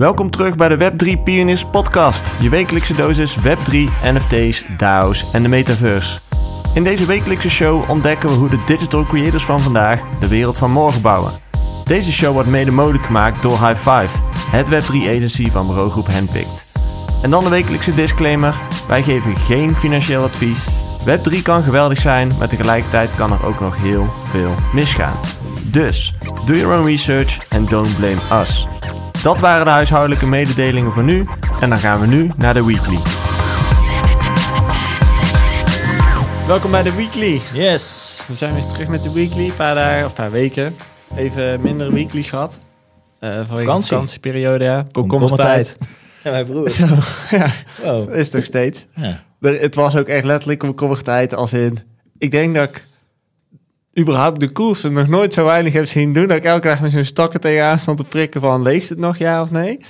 Welkom terug bij de Web3 Pioniers podcast, je wekelijkse dosis Web3, NFT's, DAO's en de metaverse. In deze wekelijkse show ontdekken we hoe de digital creators van vandaag de wereld van morgen bouwen. Deze show wordt mede mogelijk gemaakt door High Five, het Web3 agency van bureaugroep Handpicked. En dan de wekelijkse disclaimer, wij geven geen financieel advies. Web3 kan geweldig zijn, maar tegelijkertijd kan er ook nog heel veel misgaan. Dus, do your own research and don't blame us. Dat waren de huishoudelijke mededelingen voor nu en dan gaan we nu naar de weekly. Welkom bij de weekly. Yes. We zijn weer terug met de weekly, een paar dagen of een paar weken. Even minder weekly's gehad. Vanwege de vakantieperiode, ja. Komkommertijd. Ja, mijn broer. Zo, ja. Wow. Is nog steeds. Ja. Het was ook echt letterlijk komkommertijd als in... Ik denk dat ik überhaupt de koers nog nooit zo weinig heb zien doen. Dat ik elke dag met zo'n stakken tegenaan stond te prikken van... Leeft het nog, ja of nee?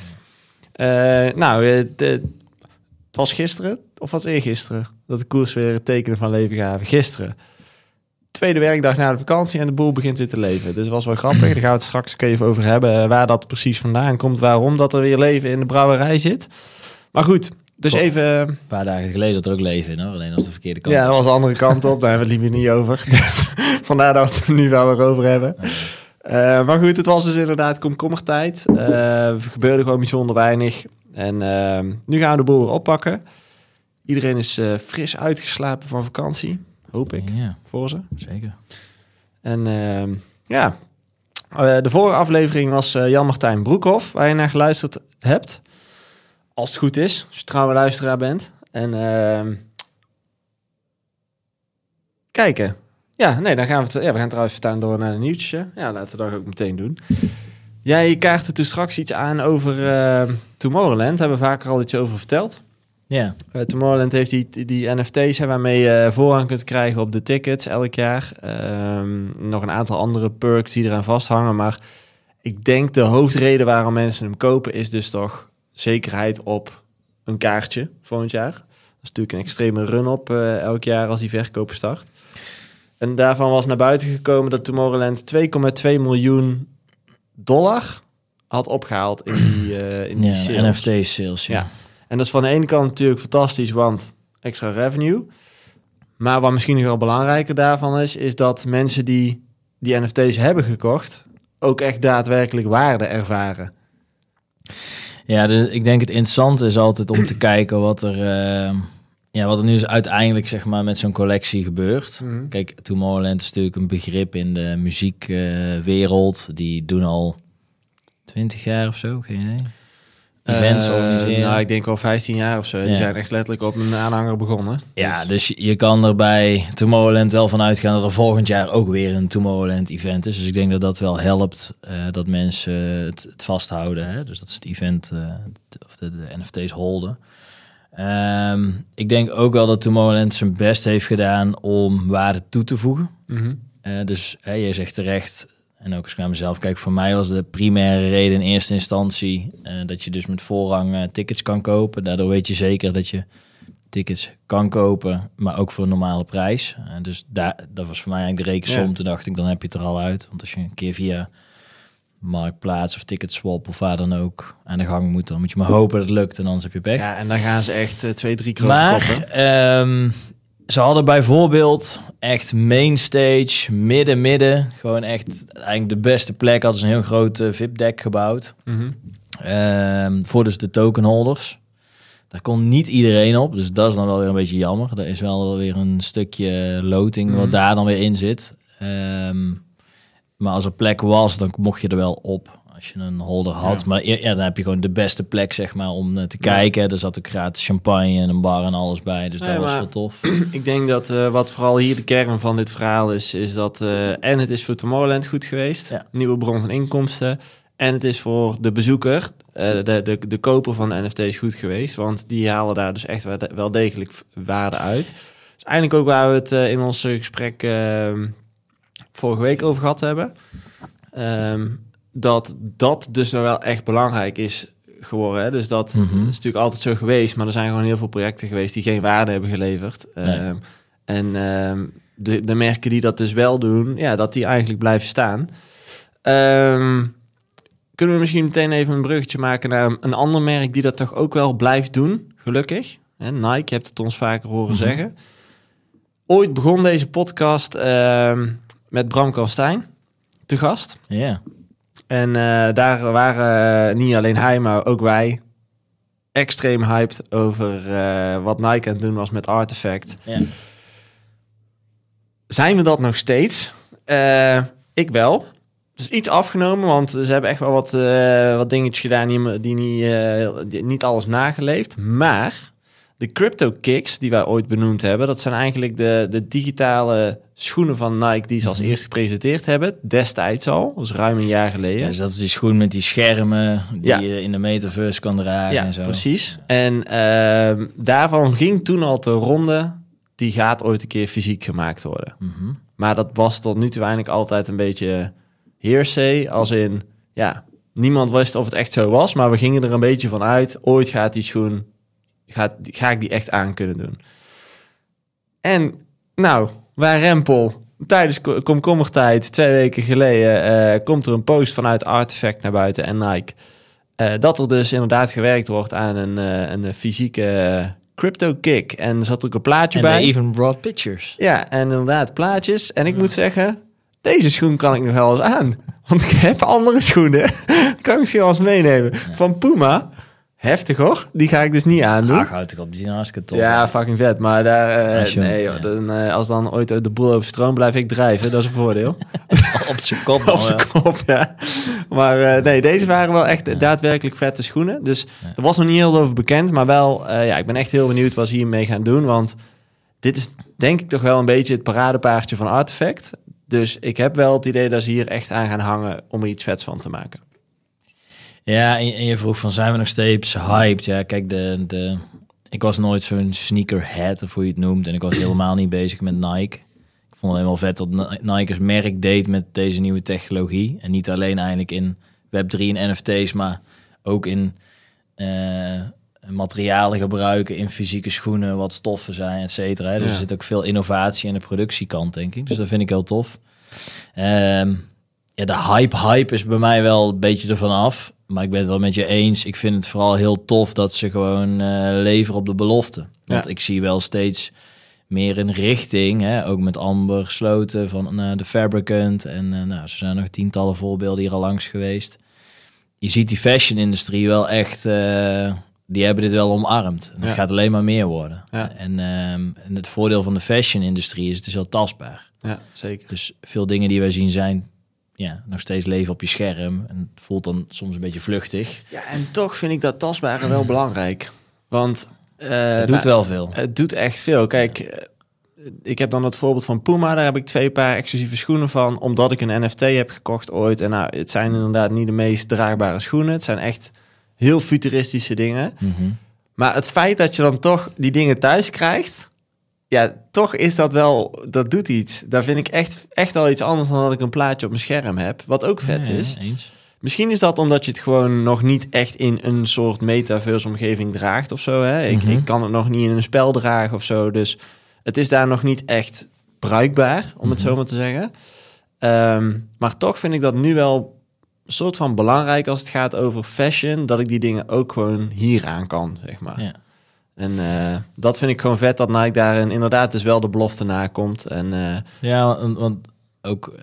Het was gisteren, of was het eergisteren... dat de koers weer het tekenen van leven gaven. Gisteren. Tweede werkdag na de vakantie en de boel begint weer te leven. Dus dat was wel grappig. Daar gaan we het straks ook even over hebben. Waar dat precies vandaan komt. Waarom dat er weer leven in de brouwerij zit. Maar goed, dus even... Een paar dagen geleden zat er ook leven in, hoor. Alleen als de verkeerde kant. Ja, dat was de andere kant op. Daar hebben we het liever niet over. Dus vandaar dat we het er nu wel weer over hebben. Maar goed, het was dus inderdaad komkommertijd. Er gebeurde gewoon bijzonder weinig. En nu gaan we de boel weer oppakken. Iedereen is fris uitgeslapen van vakantie. Hoop ik, voor ze. Zeker. En de vorige aflevering was Jan-Martijn Broekhoff, waar je naar geluisterd hebt. Als het goed is, als je trouwe luisteraar bent. En kijken. Ja, nee, dan gaan we we gaan trouwens staan door naar een nieuwtje. Ja, laten we dat ook meteen doen. Jij kaartte toen straks iets aan over Tomorrowland. Daar hebben we vaker al iets over verteld. Ja. Tomorrowland heeft die NFT's waarmee je voorrang kunt krijgen op de tickets elk jaar. Nog een aantal andere perks die eraan vasthangen. Maar ik denk de hoofdreden waarom mensen hem kopen is dus toch zekerheid op een kaartje volgend jaar. Dat is natuurlijk een extreme run-op elk jaar als die verkopen start. En daarvan was naar buiten gekomen dat Tomorrowland $2,2 miljoen had opgehaald in die sales. NFT-sales, ja. En dat is van de ene kant natuurlijk fantastisch, want extra revenue. Maar wat misschien nog wel belangrijker daarvan is dat mensen die NFT's hebben gekocht ook echt daadwerkelijk waarde ervaren. Ja, ik denk het interessante is altijd om te kijken wat er nu is uiteindelijk zeg maar met zo'n collectie gebeurt. Mm-hmm. Kijk, Tomorrowland is natuurlijk een begrip in de muziekwereld. Die doen al 20 jaar of zo, geen idee. Events organiseren. Nou, ik denk al 15 jaar of zo. Ja. Die zijn echt letterlijk op een aanhanger begonnen. Ja, dus je kan er bij Tomorrowland wel van uitgaan dat er volgend jaar ook weer een Tomorrowland event is. Dus ik denk dat dat wel helpt dat mensen het vasthouden. Hè? Dus dat is het event of de NFT's holden. Ik denk ook wel dat Tomorrowland zijn best heeft gedaan om waarde toe te voegen. Mm-hmm. Dus je zegt terecht... En ook als ik naar mezelf kijk, voor mij was de primaire reden in eerste instantie dat je dus met voorrang tickets kan kopen. Daardoor weet je zeker dat je tickets kan kopen, maar ook voor een normale prijs. Dus dat was voor mij eigenlijk de rekensom. Ja. Toen dacht ik, dan heb je het er al uit. Want als je een keer via Marktplaats of Ticketswap of waar dan ook aan de gang moet, dan moet je maar hopen dat het lukt en anders heb je pech. Ja, en dan gaan ze echt 2-3 kronen koppen. Ze hadden bijvoorbeeld echt mainstage, midden. Gewoon echt eigenlijk de beste plek. Hadden ze een heel groot VIP-deck gebouwd. Mm-hmm. Voor dus de tokenholders. Daar kon niet iedereen op. Dus dat is dan wel weer een beetje jammer. Er is wel weer een stukje loting wat daar dan weer in zit. Maar als er plek was, dan mocht je er wel op. Als je een holder had. Ja. Maar dan heb je gewoon de beste plek, zeg maar, om te kijken. Er zat ook gratis champagne en een bar en alles bij. Dus dat was wel tof. Ik denk dat wat vooral hier de kern van dit verhaal is dat... en het is voor Tomorrowland goed geweest. Ja. Nieuwe bron van inkomsten. En het is voor de bezoeker, de koper van de NFT's goed geweest. Want die halen daar dus echt wel degelijk waarde uit. Dus eigenlijk ook waar we het in ons gesprek vorige week over gehad hebben... dat dus nou wel echt belangrijk is geworden. Hè? Dus dat is natuurlijk altijd zo geweest, maar er zijn gewoon heel veel projecten geweest die geen waarde hebben geleverd. Nee. En de merken die dat dus wel doen, ja, dat die eigenlijk blijven staan. kunnen we misschien meteen even een bruggetje maken naar een ander merk die dat toch ook wel blijft doen, gelukkig. Hè, Nike, je hebt het ons vaker horen zeggen. Ooit begon deze podcast met Bram Kanstein te gast. Ja. En daar waren niet alleen hij, maar ook wij extreem hyped over wat Nike aan het doen was met Artifact. Ja. Zijn we dat nog steeds? Ik wel. Dus iets afgenomen, want ze hebben echt wel wat dingetjes gedaan die niet alles nageleefd. Maar de Crypto Kicks die wij ooit benoemd hebben, dat zijn eigenlijk de digitale schoenen van Nike die ze als eerste gepresenteerd hebben. Destijds al, dat is ruim een jaar geleden. Ja, dus dat is die schoen met die schermen die je in de metaverse kan dragen en zo. Precies. En daarvan ging toen al de ronde, die gaat ooit een keer fysiek gemaakt worden. Mm-hmm. Maar dat was tot nu toe eigenlijk altijd een beetje hearsay, als in, niemand wist of het echt zo was, maar we gingen er een beetje van uit, ooit gaat die schoen, ga ik die echt aan kunnen doen. En nou, waar Rempel, tijdens komkommertijd, 2 weken geleden, komt er een post vanuit Artifact naar buiten en Nike, dat er dus inderdaad gewerkt wordt aan een fysieke Crypto Kick. En er zat ook een plaatje bij. En even brought pictures. Ja, en inderdaad plaatjes. En ik moet zeggen, deze schoen kan ik nog wel eens aan. Want ik heb andere schoenen. Kan ik misschien wel eens meenemen. Ja. Van Puma. Heftig hoor. Die ga ik dus niet aandoen. Ah, houd ik op. Die zijn hartstikke tof. Ja, fucking vet. Maar daar, als als dan ooit de boel overstroomt, blijf ik drijven. Dat is een voordeel. Op zijn kop. Op zijn kop, ja. Maar nee, deze waren wel echt daadwerkelijk vette schoenen. Dus er was nog niet heel over bekend. Maar wel, ik ben echt heel benieuwd wat ze hiermee gaan doen. Want dit is denk ik toch wel een beetje het paradepaardje van Artifact. Dus ik heb wel het idee dat ze hier echt aan gaan hangen om er iets vets van te maken. Ja, en je vroeg van, zijn we nog steeds hyped? Ja, kijk, ik was nooit zo'n sneakerhead, of hoe je het noemt. En ik was helemaal niet bezig met Nike. Ik vond het helemaal vet dat Nike als merk deed met deze nieuwe technologie. En niet alleen eigenlijk in Web3 en NFT's, maar ook in materialen gebruiken, in fysieke schoenen, wat stoffen zijn, et cetera. Dus er zit ook veel innovatie in de productiekant, denk ik. Dus dat vind ik heel tof. De hype is bij mij wel een beetje ervan af. Maar ik ben het wel met je eens. Ik vind het vooral heel tof dat ze gewoon leveren op de belofte. Want ik zie wel steeds meer een richting. Ook met Amber Sloten van de Fabricant. En er zijn nog tientallen voorbeelden hier al langs geweest. Je ziet die fashion-industrie wel echt... die hebben dit wel omarmd. Het gaat alleen maar meer worden. Ja. En het voordeel van de fashion-industrie is, het is heel tastbaar. Ja, zeker. Dus veel dingen die wij zien zijn... nog steeds leven op je scherm. En het voelt dan soms een beetje vluchtig. Ja, en toch vind ik dat tastbare wel belangrijk. Want... het doet wel veel. Het doet echt veel. Kijk, ik heb dan het voorbeeld van Puma. Daar heb ik 2 paar exclusieve schoenen van. Omdat ik een NFT heb gekocht ooit. En het zijn inderdaad niet de meest draagbare schoenen. Het zijn echt heel futuristische dingen. Mm-hmm. Maar het feit dat je dan toch die dingen thuis krijgt... Ja, toch is dat wel... Dat doet iets. Daar vind ik echt al iets anders dan dat ik een plaatje op mijn scherm heb. Wat ook vet is. Eens. Misschien is dat omdat je het gewoon nog niet echt in een soort metaverse-omgeving draagt of zo. Hè? Ik kan het nog niet in een spel dragen of zo. Dus het is daar nog niet echt bruikbaar, om het zo maar te zeggen. Maar toch vind ik dat nu wel een soort van belangrijk als het gaat over fashion. Dat ik die dingen ook gewoon hier aan kan, zeg maar. Ja. En dat vind ik gewoon vet, dat Nike daarin inderdaad dus wel de belofte nakomt. En, want ook...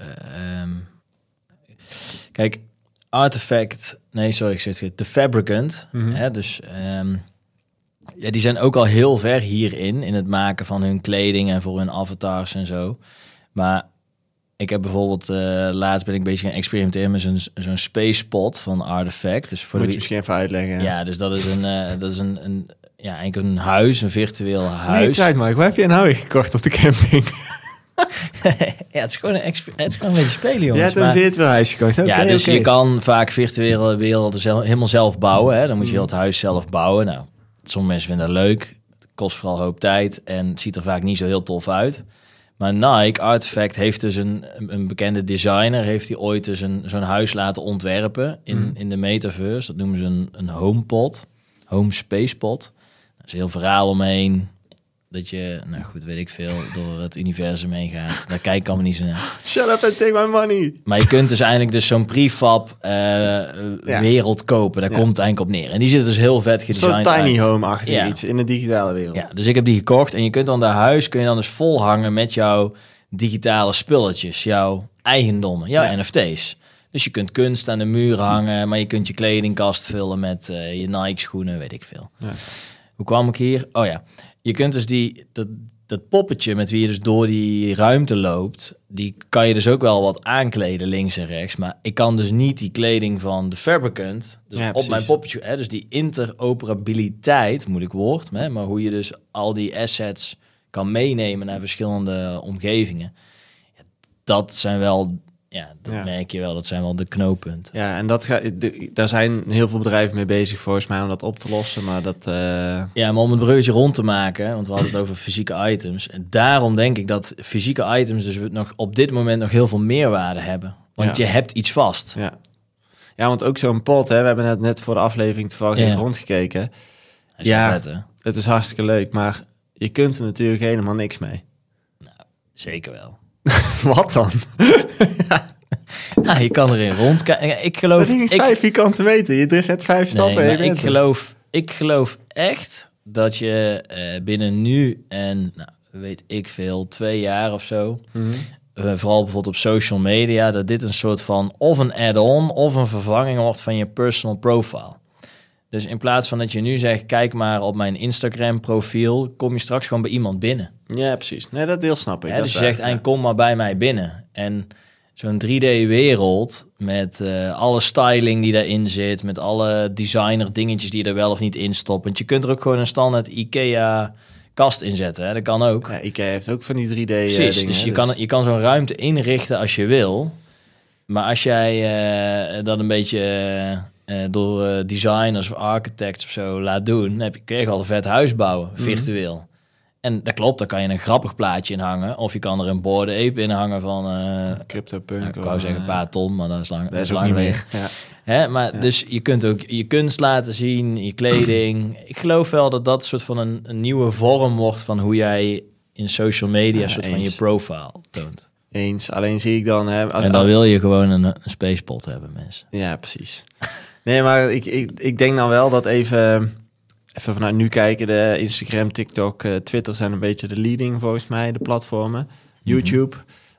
kijk, Artifact... Nee, sorry, ik zeg het. De Fabricant. Mm-hmm. Dus die zijn ook al heel ver hierin. In het maken van hun kleding en voor hun avatars en zo. Maar ik heb bijvoorbeeld... laatst ben ik een beetje gaan experimenteren met zo'n space pod van Artifact. Dus voor moet je misschien even uitleggen. Ja, dus dat is eigenlijk een huis, een virtueel huis. Nee, tijd, Mike. Waar heb je een huis gekocht op de camping? Ja, het is gewoon een beetje spelen, jongens. Je hebt een virtueel huis gekocht. Dus je kan vaak virtuele werelden helemaal zelf bouwen. Hè? Dan moet je heel het huis zelf bouwen. Nou, sommige mensen vinden dat leuk. Het kost vooral een hoop tijd en het ziet er vaak niet zo heel tof uit. Maar Nike, Artifact, heeft dus een bekende designer... heeft hij ooit dus zo'n huis laten ontwerpen in de metaverse. Dat noemen ze een HomePod. Home Space Pod. Er is een heel verhaal omheen. dat je, nou goed, weet ik veel, door het universum heen gaat. Daar kijk ik allemaal niet zo naar. Shut up and take my money. Maar je kunt dus eigenlijk dus zo'n prefab wereld kopen. Daar komt het eigenlijk op neer. En die zit dus heel vet gedesigned Zo'n tiny uit. home-achtig iets in de digitale wereld. Ja, dus ik heb die gekocht. En je kunt dan kun je dan dus vol hangen met jouw digitale spulletjes. Jouw eigendommen, jouw NFT's. Dus je kunt kunst aan de muur hangen. Maar je kunt je kledingkast vullen met je Nike schoenen, weet ik veel. Ja. Hoe kwam ik hier? Oh ja, je kunt dus dat poppetje met wie je dus door die ruimte loopt, die kan je dus ook wel wat aankleden links en rechts. Maar ik kan dus niet die kleding van de fabricant dus op mijn poppetje. Dus die interoperabiliteit, moeilijk woord, maar hoe je dus al die assets kan meenemen naar verschillende omgevingen. Ja, dat zijn wel... Ja, dat merk je wel. Dat zijn wel de knooppunten. Ja, en daar zijn heel veel bedrijven mee bezig volgens mij om dat op te lossen. Maar dat... Ja, maar om het bruggetje rond te maken, want we hadden het over fysieke items. En daarom denk ik dat fysieke items dus nog op dit moment nog heel veel meerwaarde hebben. Want je hebt iets vast. Ja, want ook zo'n pot, hè, we hebben het net voor de aflevering toevallig even rondgekeken. Vet, hè? Het is hartstikke leuk, maar je kunt er natuurlijk helemaal niks mee. Nou, zeker wel. Wat dan? Nou, je kan erin rondkijken. Ik geloof... Dat ding is 5 vierkante meter. Je zet 5 stappen. Nee, ik geloof echt dat je binnen nu en, nou, weet ik veel, 2 jaar of zo... vooral bijvoorbeeld op social media... dat dit een soort van of een add-on of een vervanging wordt van je personal profile. Dus in plaats van dat je nu zegt... kijk maar op mijn Instagram profiel... kom je straks gewoon bij iemand binnen. Ja, precies. Nee, dat deel snap ik. Ja, dus je zegt, kom maar bij mij binnen. En zo'n 3D-wereld met alle styling die daarin zit... met alle designer dingetjes die er wel of niet in stoppen. Want je kunt er ook gewoon een standaard IKEA-kast in zetten. Hè? Dat kan ook. Ja, IKEA heeft ook van die 3D-dingen. Precies, dus je kan zo'n ruimte inrichten als je wil. Maar als jij dat een beetje... door designers of architects of zo laat doen... dan kun je al een vet huis bouwen, virtueel. En dat klopt, daar kan je een grappig plaatje in hangen. Of je kan er een Bored Ape in hangen van... CryptoPunk. Ik wou zeggen een paar ton, maar dat is lang, dat is lang meer. Hè, maar dus je kunt ook je kunst laten zien, je kleding. Ik geloof wel dat dat soort van een nieuwe vorm wordt... van hoe jij in social media soort van je profile toont. Eens, alleen zie ik dan... Hè, en dan wil je gewoon een spacepot hebben, mensen. Ja, precies. Nee, maar ik denk dan wel dat even vanuit nu kijken... de Instagram, TikTok, Twitter zijn een beetje de leading volgens mij, de platformen. YouTube.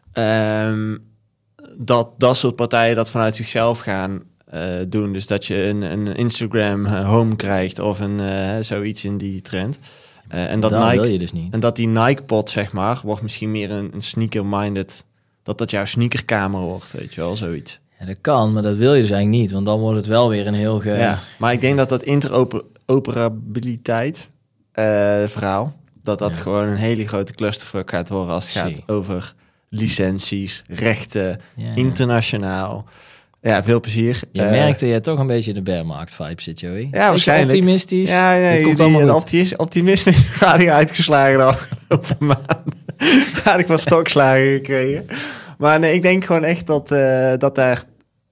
Dat soort partijen dat vanuit zichzelf gaan doen. Dus dat je een Instagram home krijgt of zoiets in die trend. En dat Nike, wil je dus niet. En dat die Nike-pot, zeg maar, wordt misschien meer een sneaker-minded... dat jouw sneakerkamer wordt, weet je wel, zoiets. Ja, dat kan, maar dat wil je dus eigenlijk niet. Want dan wordt het wel weer een heel... Ja, maar ik denk dat interoperabiliteit verhaal... dat gewoon een hele grote clusterfuck gaat worden... als het gaat over licenties, rechten, internationaal... Ja, veel plezier. Je merkt dat je toch een beetje de bearmarkt-vibe zit, Joey. Ja, waarschijnlijk. Optimistisch. Ja, nee, komt allemaal optimisme is uitgeslagen de afgelopen maanden. Had ik wat stokslagen gekregen. Maar nee, ik denk gewoon echt dat daar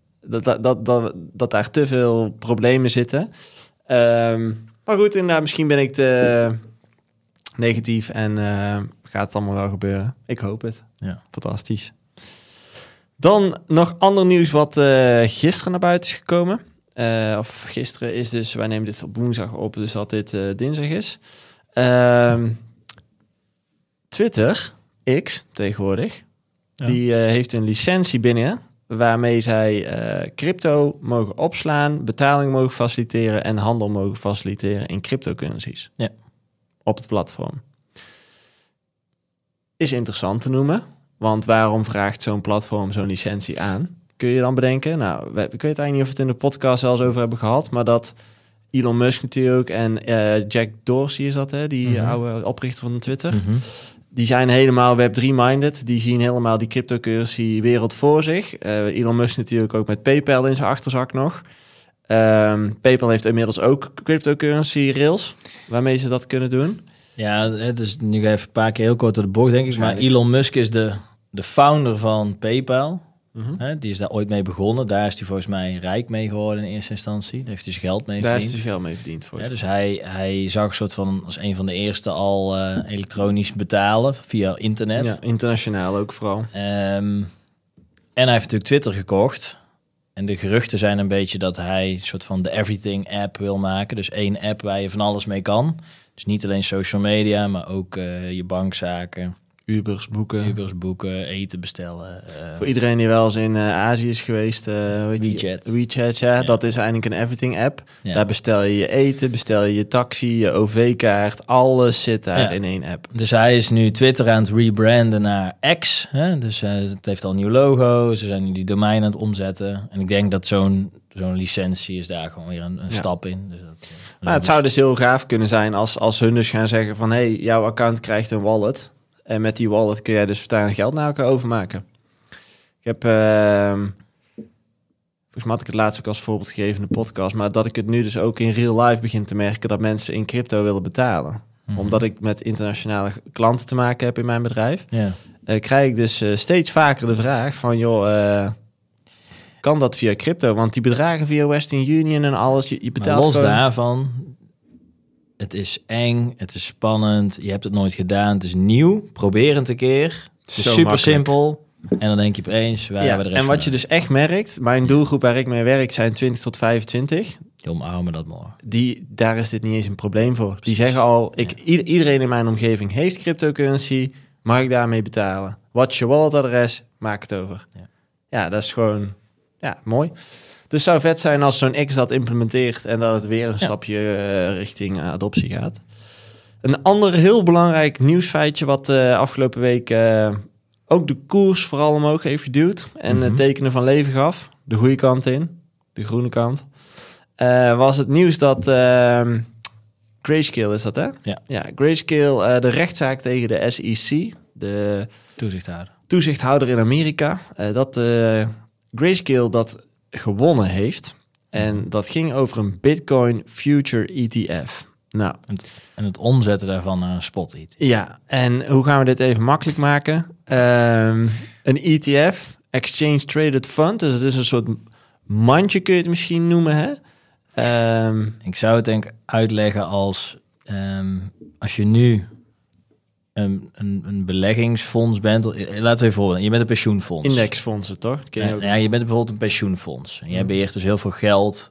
te veel problemen zitten. Maar goed, inderdaad, misschien ben ik te negatief en gaat het allemaal wel gebeuren. Ik hoop het. Ja. Fantastisch. Dan nog ander nieuws wat gisteren naar buiten is gekomen. Of gisteren is dus, wij nemen dit op woensdag op, dus dat dit dinsdag is. Twitter, X tegenwoordig, die heeft een licentie binnen... waarmee zij crypto mogen opslaan, betaling mogen faciliteren... en handel mogen faciliteren in cryptocurrencies. Ja. Op het platform. Is interessant te noemen... Want waarom vraagt zo'n platform zo'n licentie aan? Kun je dan bedenken? Nou, ik weet eigenlijk niet of we het in de podcast wel eens over hebben gehad... maar dat Elon Musk natuurlijk en Jack Dorsey is dat, hè? Die oude oprichter van Twitter... Die zijn helemaal Web3-minded. Die zien helemaal die cryptocurrency-wereld voor zich. Elon Musk natuurlijk ook met PayPal in zijn achterzak nog. PayPal heeft inmiddels ook cryptocurrency-rails... waarmee ze dat kunnen doen... Ja, het is nu even een paar keer heel kort door de bocht, denk ik. Maar Elon Musk is de founder van PayPal. Die is daar ooit mee begonnen. Daar is hij volgens mij rijk mee geworden in eerste instantie. Daar heeft hij zijn geld mee Daar verdiend. is hij geld mee verdiend. Dus hij zag een soort van als een van de eerste al elektronisch betalen via internet. Ja, internationaal ook vooral. En hij heeft natuurlijk Twitter gekocht. En de geruchten zijn een beetje dat hij een soort van de Everything app wil maken. Dus 1 app waar je van alles mee kan. Dus niet alleen social media, maar ook je bankzaken. Ubers boeken, eten bestellen. Voor iedereen die wel eens in Azië is geweest, WeChat, ja. Dat is eigenlijk een everything app. Ja. Daar bestel je je eten, bestel je je taxi, je OV-kaart, alles zit daar in 1 app. Dus hij is nu Twitter aan het rebranden naar X. Hè? Dus het heeft al een nieuw logo, ze zijn nu die domein aan het omzetten. En ik denk dat zo'n licentie is daar gewoon weer een stap in. Dus dat, het zou dus heel gaaf kunnen zijn als hun dus gaan zeggen van... hey, jouw account krijgt een wallet... En met die wallet kun jij dus verstaand geld naar elkaar overmaken. Ik heb... volgens mij had ik het laatst ook als voorbeeld gegeven in de podcast... maar dat ik het nu dus ook in real life begin te merken... dat mensen in crypto willen betalen. Omdat ik met internationale klanten te maken heb in mijn bedrijf... krijg ik dus steeds vaker de vraag van... joh, kan dat via crypto? Want die bedragen via Western Union en alles... je betaalt los gewoon... daarvan... Het is eng, het is spannend, je hebt het nooit gedaan, het is nieuw. Probeer het een keer. Het is super makkelijk. Simpel. En dan denk je opeens, waar hebben we de rest en wat je dus echt merkt, mijn doelgroep waar ik mee werk zijn 20 tot 25. Die omarmen dat mooi. Daar is dit niet eens een probleem voor. Precies. Die zeggen al, iedereen in mijn omgeving heeft cryptocurrency, mag ik daarmee betalen? Wat is je walletadres? Maak het over. Ja, dat is gewoon mooi. Dus zou vet zijn als zo'n X dat implementeert en dat het weer een stapje richting adoptie gaat. Een ander heel belangrijk nieuwsfeitje wat afgelopen week ook de koers vooral omhoog heeft geduwd en tekenen van leven gaf. De goede kant in, de groene kant. Was het nieuws dat Grayscale is dat, hè? Ja, Grayscale, de rechtszaak tegen de SEC, de toezichthouder in Amerika, dat Grayscale dat gewonnen heeft. En dat ging over een Bitcoin Future ETF. Nou, en het omzetten daarvan naar een spot ETF. Ja, en hoe gaan we dit even makkelijk maken? Een ETF, Exchange Traded Fund. Dus het is een soort mandje, kun je het misschien noemen, hè? Ik zou het denk ik uitleggen als je nu een beleggingsfonds bent. Laten we even voorbeelden. Je bent een pensioenfonds. Indexfondsen, toch? Je bent bijvoorbeeld een pensioenfonds. En jij beheert dus heel veel geld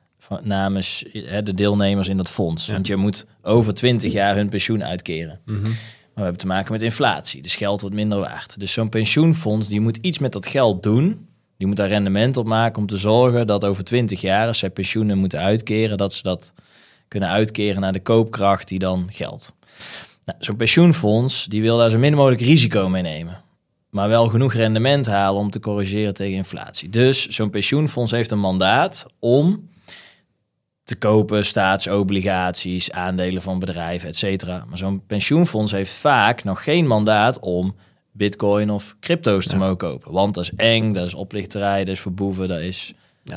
namens de deelnemers in dat fonds. Want je moet over 20 jaar hun pensioen uitkeren. Maar we hebben te maken met inflatie. Dus geld wordt minder waard. Dus zo'n pensioenfonds die moet iets met dat geld doen. Die moet daar rendement op maken om te zorgen dat over 20 jaar, als zij pensioenen moeten uitkeren, dat ze dat kunnen uitkeren naar de koopkracht die dan geldt. Nou, zo'n pensioenfonds die wil daar zo min mogelijk risico mee nemen. Maar wel genoeg rendement halen om te corrigeren tegen inflatie. Dus zo'n pensioenfonds heeft een mandaat om te kopen staatsobligaties, aandelen van bedrijven, et cetera. Maar zo'n pensioenfonds heeft vaak nog geen mandaat om Bitcoin of crypto's te mogen kopen. Want dat is eng, dat is oplichterij, dat is voor boeven, dat is je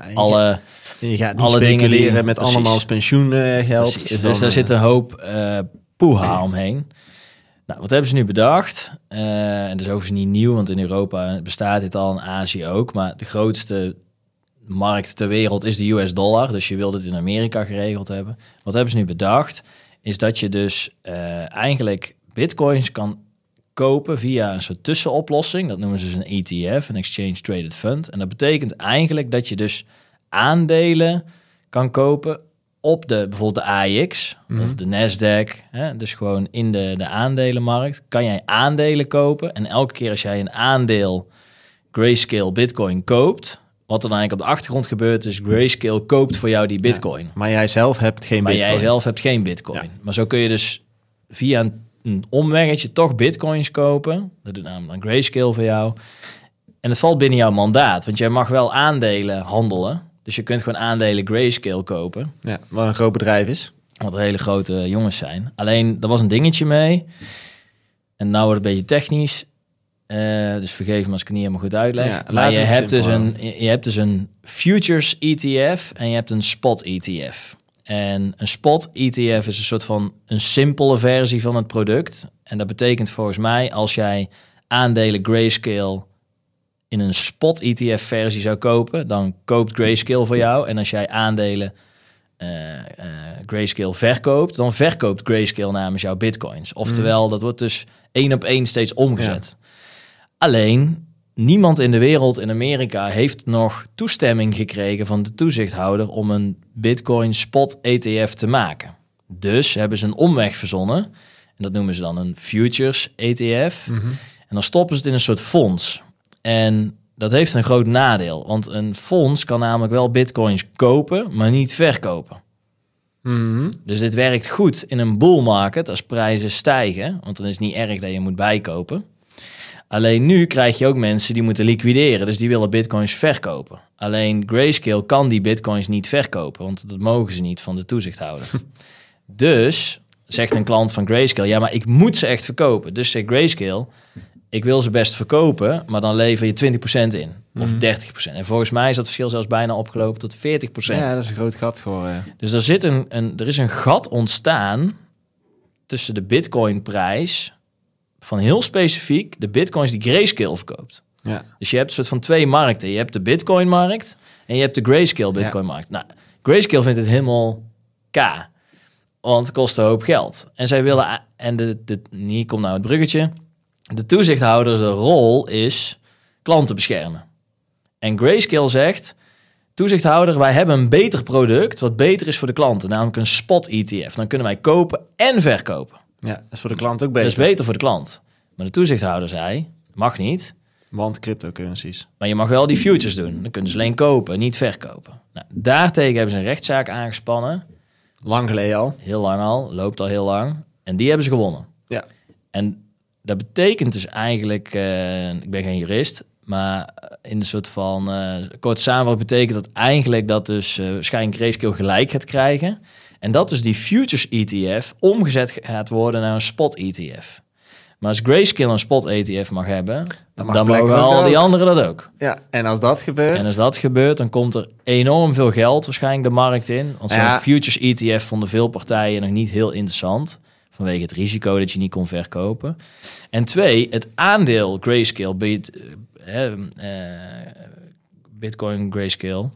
gaat niet speculeren met andermans pensioengeld. Dus daar zit een hoop poeha omheen. Nou, wat hebben ze nu bedacht? En dat is overigens niet nieuw, want in Europa bestaat dit al, in Azië ook. Maar de grootste markt ter wereld is de US dollar. Dus je wil dit in Amerika geregeld hebben. Wat hebben ze nu bedacht? Is dat je dus eigenlijk bitcoins kan kopen via een soort tussenoplossing. Dat noemen ze dus een ETF, een Exchange Traded Fund. En dat betekent eigenlijk dat je dus aandelen kan kopen op bijvoorbeeld de AEX of de Nasdaq. Hè? Dus gewoon in de aandelenmarkt kan jij aandelen kopen. En elke keer als jij een aandeel Grayscale Bitcoin koopt, wat er dan eigenlijk op de achtergrond gebeurt, is Grayscale koopt voor jou die Bitcoin. Maar jij zelf hebt geen Bitcoin. Ja. Maar zo kun je dus via een omweggetje toch Bitcoins kopen. Dat doet namelijk Grayscale voor jou. En het valt binnen jouw mandaat, want jij mag wel aandelen handelen. Dus je kunt gewoon aandelen Grayscale kopen. Ja, wat een groot bedrijf is. Wat hele grote jongens zijn. Alleen, er was een dingetje mee. En nou wordt het een beetje technisch. Dus vergeef me als ik het niet helemaal goed uitleg. Ja, maar je hebt dus een futures ETF en je hebt een spot ETF. En een spot ETF is een soort van een simpele versie van het product. En dat betekent volgens mij, als jij aandelen Grayscale in een spot ETF versie zou kopen, dan koopt Grayscale voor jou. En als jij aandelen Grayscale verkoopt, dan verkoopt Grayscale namens jou bitcoins. Oftewel, dat wordt dus 1 op 1 steeds omgezet. Ja. Alleen, niemand in de wereld in Amerika heeft nog toestemming gekregen van de toezichthouder om een bitcoin spot ETF te maken. Dus hebben ze een omweg verzonnen. En dat noemen ze dan een futures ETF. En dan stoppen ze het in een soort fonds. En dat heeft een groot nadeel. Want een fonds kan namelijk wel bitcoins kopen, maar niet verkopen. Dus dit werkt goed in een bull market als prijzen stijgen. Want dan is het niet erg dat je moet bijkopen. Alleen nu krijg je ook mensen die moeten liquideren. Dus die willen bitcoins verkopen. Alleen Grayscale kan die bitcoins niet verkopen. Want dat mogen ze niet van de toezichthouder. Dus zegt een klant van Grayscale, ja, maar ik moet ze echt verkopen. Dus zegt Grayscale, ik wil ze best verkopen, maar dan lever je 20% in. Of 30%. En volgens mij is dat verschil zelfs bijna opgelopen tot 40%. Ja, dat is een groot gat geworden. Ja. Dus er is een gat ontstaan tussen de bitcoinprijs van heel specifiek de bitcoins die Grayscale verkoopt. Ja. Dus je hebt een soort van 2 markten. Je hebt de bitcoinmarkt en je hebt de Grayscale bitcoinmarkt. Nou, Grayscale vindt het helemaal K. Want het kost een hoop geld. En zij willen... En hier komt nou het bruggetje. De toezichthouder, de rol is klanten beschermen. En Grayscale zegt... Toezichthouder, wij hebben een beter product... wat beter is voor de klanten. Namelijk een spot ETF. Dan kunnen wij kopen en verkopen. Ja, dat is voor de klant ook beter. Dat is beter voor de klant. Maar de toezichthouder zei... Mag niet. Want cryptocurrencies. Maar je mag wel die futures doen. Dan kunnen ze alleen kopen, niet verkopen. Nou, daartegen hebben ze een rechtszaak aangespannen... Lang geleden al. Heel lang al, loopt al heel lang. En die hebben ze gewonnen. Ja. En dat betekent dus eigenlijk... ik ben geen jurist, maar in een soort van... kort samenvatting betekent dat eigenlijk dat dus waarschijnlijk Grayscale gelijk gaat krijgen. En dat dus die futures ETF omgezet gaat worden naar een spot ETF. Maar als Grayscale een spot ETF mag hebben, dan mogen al die anderen dat ook. Ja, en als dat gebeurt... dan komt er enorm veel geld waarschijnlijk de markt in. Want zo'n futures ETF vonden veel partijen nog niet heel interessant. Vanwege het risico dat je niet kon verkopen. En 2, het aandeel Grayscale, Bitcoin Grayscale.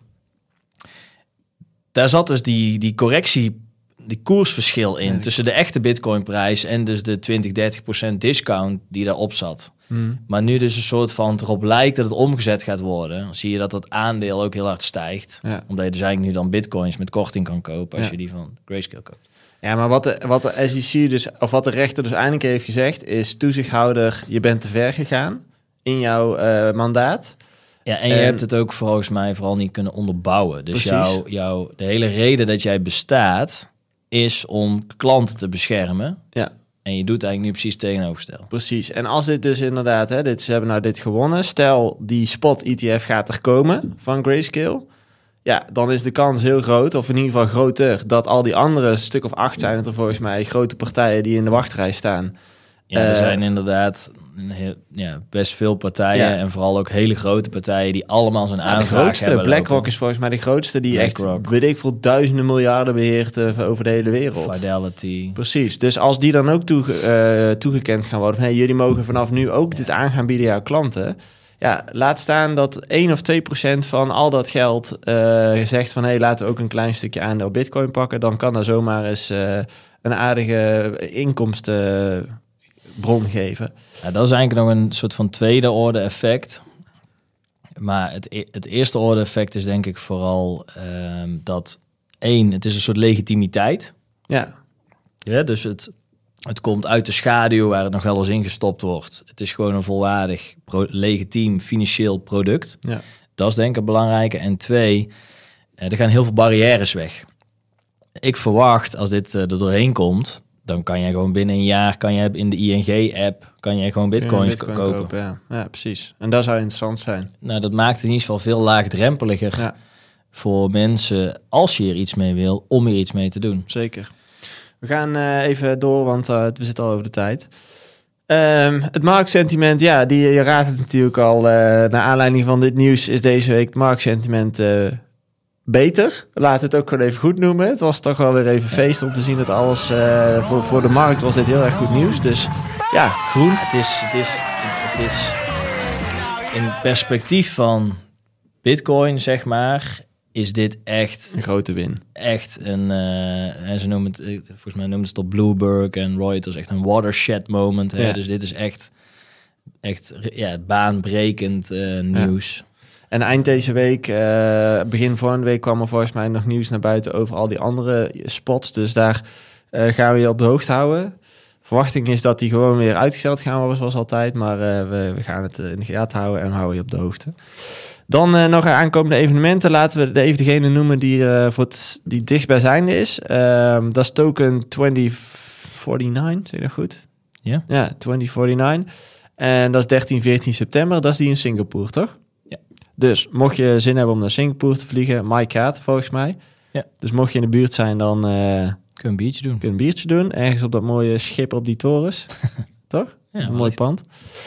Daar zat dus die correctie... die koersverschil in tussen de echte bitcoinprijs en dus de 20-30% discount die daarop zat. Maar nu dus een soort van erop lijkt dat het omgezet gaat worden. Dan zie je dat dat aandeel ook heel hard stijgt. Ja. Omdat je dus eigenlijk nu dan bitcoins met korting kan kopen als je die van Grayscale koopt. Ja, maar wat de SEC dus, of wat de rechter dus eindelijk heeft gezegd, is toezichthouder, je bent te ver gegaan in jouw mandaat. Ja, en je hebt het ook volgens mij vooral niet kunnen onderbouwen. Dus de hele reden dat jij bestaat is om klanten te beschermen. Ja. En je doet eigenlijk nu precies tegenovergesteld. Precies. En als dit dus inderdaad, ze hebben nou dit gewonnen. Stel, die spot ETF gaat er komen van Grayscale. Ja, dan is de kans heel groot, of in ieder geval groter, dat al die andere stuk of 8 zijn het er volgens mij, grote partijen die in de wachtrij staan. Ja, er zijn inderdaad best veel partijen en vooral ook hele grote partijen die allemaal zijn aanvraag hebben. De grootste, BlackRock is volgens mij de grootste die BlackRock. Weet ik veel, duizenden miljarden beheert over de hele wereld. Fidelity. Precies, dus als die dan ook toegekend gaan worden, van, jullie mogen vanaf nu ook dit aan gaan bieden jouw klanten. Ja, laat staan dat 1 of 2% van al dat geld zegt van, laten we ook een klein stukje aandeel Bitcoin pakken. Dan kan daar zomaar eens een aardige inkomstenbron geven. Ja, dat is eigenlijk nog een soort van tweede orde effect. Maar het eerste orde effect is denk ik vooral dat het is een soort legitimiteit. Ja. Ja, dus het komt uit de schaduw waar het nog wel eens ingestopt wordt. Het is gewoon een volwaardig, legitiem financieel product. Ja. Dat is denk ik het belangrijke. En 2, er gaan heel veel barrières weg. Ik verwacht, als dit er doorheen komt, dan kan je gewoon binnen een jaar, in de ING-app, gewoon bitcoins kopen. Ja, precies. En dat zou interessant zijn. Nou, dat maakt het in ieder geval veel laagdrempeliger voor mensen, als je er iets mee wil, om er iets mee te doen. Zeker. We gaan even door, want we zitten al over de tijd. Het marktsentiment, je raadt het natuurlijk al. Naar aanleiding van dit nieuws is deze week het marktsentiment beter. Laat het ook gewoon even goed noemen. Het was toch wel weer even feest om te zien dat alles... voor de markt was dit heel erg goed nieuws. Dus ja, groen. Het is in perspectief van Bitcoin, zeg maar, is dit echt Een grote win. echt een... en ze noemen het, volgens mij noemen ze het op Bloomberg en Reuters echt een watershed moment. Hè? Ja. Dus dit is echt baanbrekend nieuws. En eind deze week, begin volgende week, kwam er volgens mij nog nieuws naar buiten over al die andere spots. Dus daar gaan we je op de hoogte houden. Verwachting is dat die gewoon weer uitgesteld gaan worden zoals altijd. Maar we gaan het in de gaten houden en houden je op de hoogte. Dan nog aankomende evenementen. Laten we even degene noemen die die dichtstbijzijnde is. Dat is token 2049, zeg je dat goed? Ja. Ja, 2049. En dat is 13, 14 september. Dat is die in Singapore, toch? Ja. Dus mocht je zin hebben om naar Singapore te vliegen, Mike gaat volgens mij. Ja. Dus mocht je in de buurt zijn, dan Kun je een biertje doen. kun je een biertje doen. Ergens op dat mooie schip op die torens. Toch? Ja, Een mooi wellicht. pand.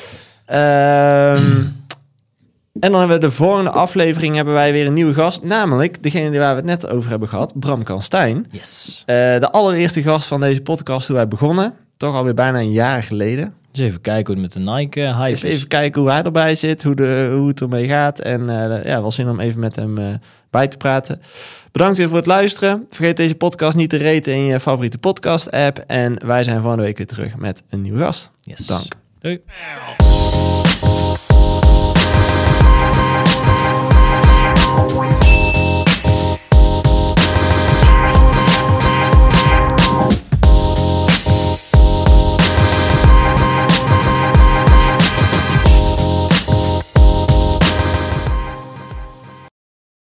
En dan hebben we de volgende aflevering hebben wij weer een nieuwe gast. Namelijk degene waar we het net over hebben gehad, Bram Kanstein. Yes. De allereerste gast van deze podcast toen wij begonnen. Toch alweer bijna een jaar geleden. Dus even kijken hoe het met de Nike hype Dus is. even kijken hoe hij erbij zit, hoe het ermee gaat. En wel zin om even met hem bij te praten. Bedankt weer voor het luisteren. Vergeet deze podcast niet te raten in je favoriete podcast app. En wij zijn volgende week weer terug met een nieuwe gast. Yes. Dank. Doei.